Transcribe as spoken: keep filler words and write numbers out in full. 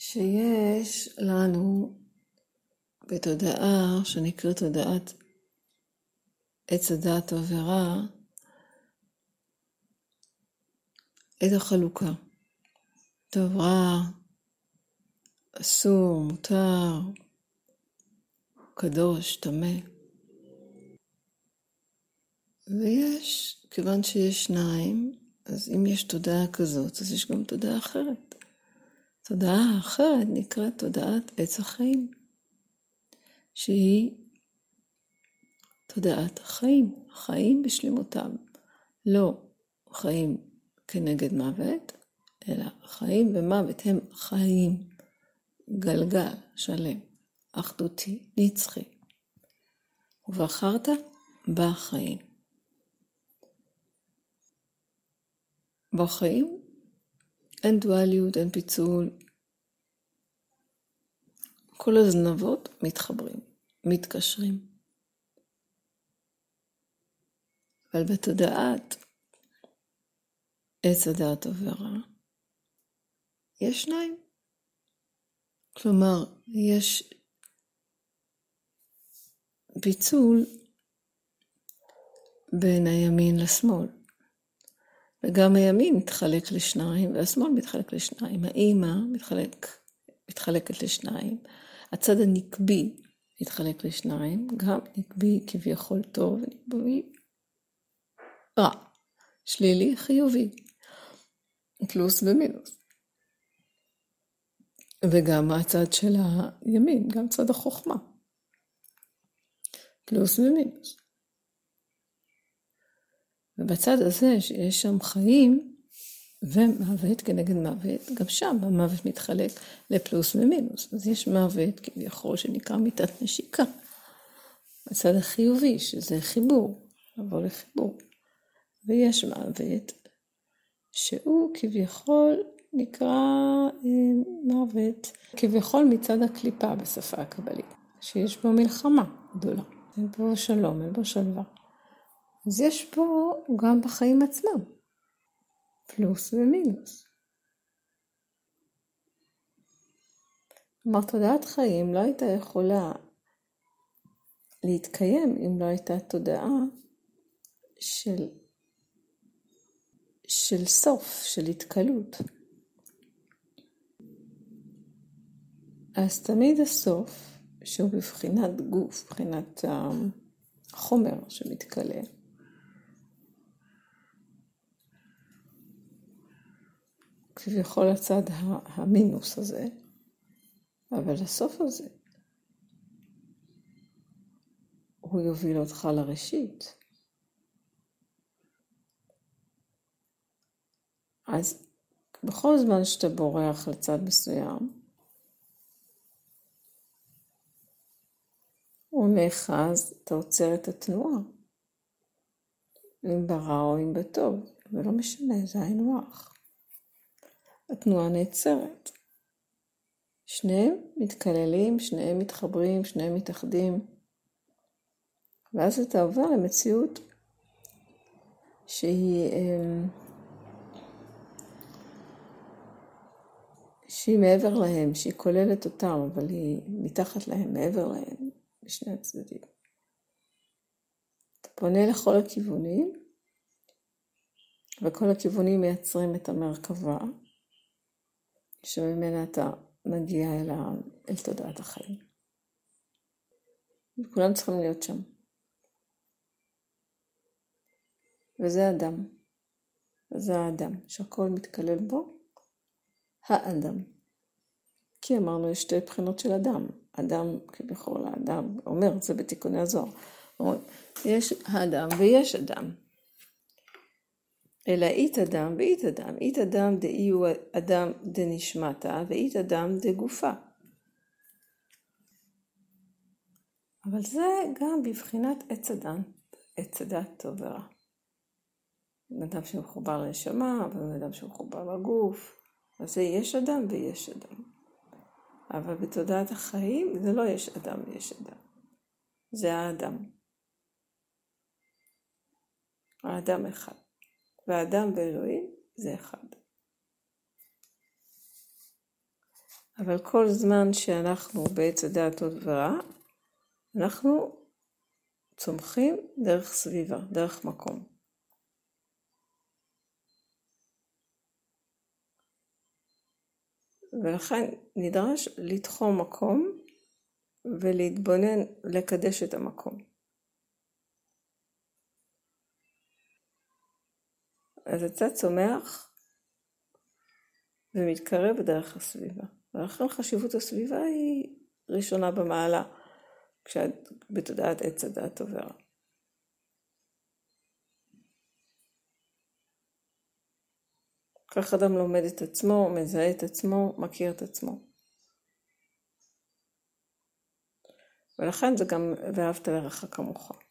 שיש לנו בתודעה שנקראת תודעת עץ הדעת עבירה את החלוקה. טוב, רע, אסור, מותר, קדוש, טמא. ויש, כיוון שיש שניים, אז אם יש תודעה כזאת, אז יש גם תודעה אחרת. תודעה אחרת נקראת תודעת עץ החיים, שהיא תודעת החיים, חיים בשלמותם. לא חיים כנגד מוות, אלא חיים ומוות הם חיים, גלגל שלם, אחדותי, נצחי. ובחרת בחיים. בחיים אין דואליות, אין פיצול. כל הזנבות מתחברים, מתקשרים. אבל בתודעת עץ הדעת עבירה יש שניים. כלומר, יש פיצול בין הימין לשמאל. וגם הימין מתחלק לשניים, והשמאל מתחלק לשניים. האמא מתחלק, מתחלקת לשניים. הצד הנקבי מתחלק לשניים, גם נקבי כביכול טוב ונקבי רע, שלילי, חיובי, פלוס ומינוס. וגם הצד של הימין, גם צד החוכמה, פלוס ומינוס. ובצד הזה שיש שם חיים ומוות כנגד מוות, גם שם המוות מתחלק לפלוס ומינוס. אז יש מוות כביכול שנקרא מיתת נשיקה. בצד החיובי שזה חיבור, לבוא לחיבור. ויש מוות שהוא כביכול נקרא אה, מוות, כביכול מצד הקליפה בשפה הקבלית, שיש בו מלחמה גדולה, אין בו שלום, אין בו שלווה. אז יש פה גם בחיים עצמם, פלוס ומינוס. כלומר, תודעת חיים לא הייתה יכולה להתקיים אם לא הייתה תודעה של, של סוף, של התקלות. אז תמיד הסוף, שהוא בבחינת גוף, בבחינת החומר שמתקלה, כביכול הצד המינוס הזה, אבל הסוף הזה, הוא יוביל אותך לראשית. אז בכל זמן שאתה בורח לצד מסוים, הוא נאחז, אתה עוצר את התנועה, אם ברע או אם בטוב, ולא משנה, זה היינו הך. התנועה נעצרת. שניהם מתקללים, שניהם מתחברים, שניהם מתאחדים. ואז אתה עובר למציאות שהיא, שהיא מעבר להם, שהיא כוללת אותם, אבל היא מתחת להם, מעבר להם, בשני הצדדים. אתה פונה לכל הכיוונים, וכל הכיוונים מייצרים את המרכבה, שממנה אתה מגיע אל, ה... אל תודעת החיים. וכולם צריכים להיות שם. וזה אדם. זה האדם, שהכל מתקלל בו, האדם. כי אמרנו, יש שתי בחינות של אדם. אדם כבכל האדם, אומר, זה בתיקוני הזוהר. יש האדם ויש אדם. אלא אית אדם ואית אדם. אית אדם דאי הוא אדם דנשמתה, ואית אדם דגופה. אבל זה גם בבחינת עץ אדם, עץ הדת טוב ורע. אדם שמחובר לנשמה, ואדם שמחובר לגוף. אז זה יש אדם ויש אדם. אבל בתודעת החיים זה לא יש אדם ויש אדם. זה האדם. האדם אחד. והאדם ואלוהים זה אחד. אבל כל זמן שאנחנו בעץ הדעת טוב ורע, אנחנו צומחים דרך סביבה, דרך מקום. ולכן נדרש לתחום מקום ולהתבונן, לקדש את המקום. אז אתה צומח ומתקרב בדרך הסביבה. ולכן חשיבות הסביבה היא ראשונה במעלה, כשאת בתודעת עץ הדעת טוב ורע. כך אדם לומד את עצמו, מזהה את עצמו, מכיר את עצמו. ולכן זה גם ואהבת לרעך כמוך.